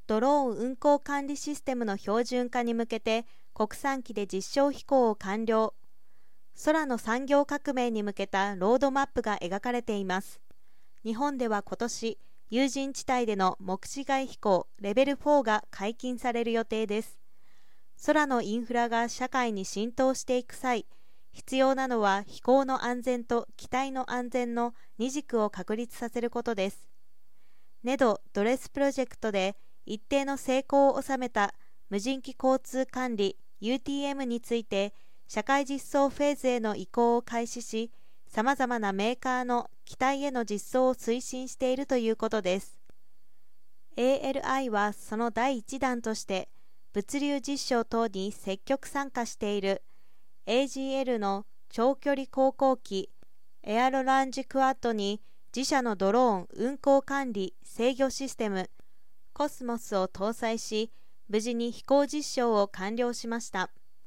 ドローン運航管理システムの標準化に向けて国産機で実証飛行を完了。空の産業革命に向けたロードマップが描かれています。日本では今年、有人地帯での目視外飛行レベル4が解禁される予定です。空のインフラが社会に浸透していく際、必要なのは飛行の安全と機体の安全の二軸を確立させることです。ネド・ドレスプロジェクトで一定の成功を収めた無人機交通管理 UTM について社会実装フェーズへの移行を開始し、さまざまなメーカーの機体への実装を推進しているということです。ALI はその第一弾として物流実証等に積極参加している AGL の長距離航行機エアロランジクワッドに自社のドローン運航管理制御システムコスモスを搭載し、無事に飛行実証を完了しました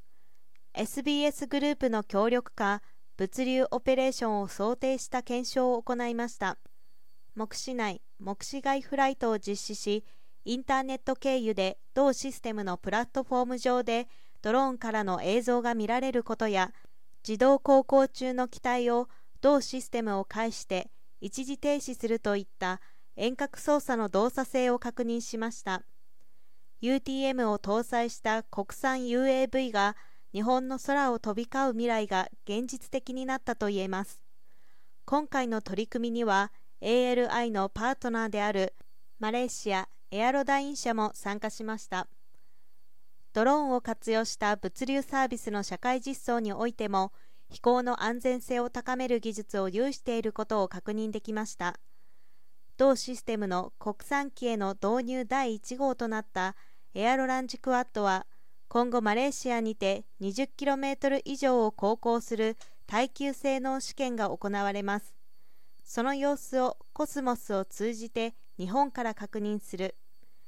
。SBS グループの協力下、物流オペレーションを想定した検証を行いました。目視内、目視外フライトを実施し、インターネット経由で同システムのプラットフォーム上でドローンからの映像が見られることや、自動航行中の機体を同システムを介して一時停止するといった遠隔操作の動作性を確認しました。UTM を搭載した国産 UAV が日本の空を飛び交う未来が現実的になったと言えます。今回の取り組みには ALI のパートナーであるマレーシアエアロダイン社も参加しました。ドローンを活用した物流サービスの社会実装においても飛行の安全性を高める技術を有していることを確認できました。同システムの国産機への導入第1号となったエアロランジクワッドは今後マレーシアにて 20km 以上を航行する耐久性能試験が行われます。その様子をコスモスを通じて日本から確認する。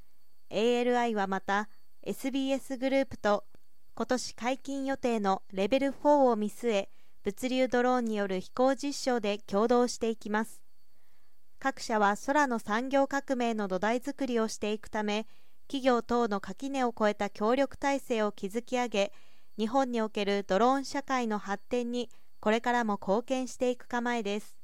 ALI はまた SBS グループと今年解禁予定のレベル4を見据え、物流ドローンによる飛行実証で共同していきます。各社は空の産業革命の土台づくりをしていくため、企業等の垣根を越えた協力体制を築き上げ、日本におけるドローン社会の発展にこれからも貢献していく構えです。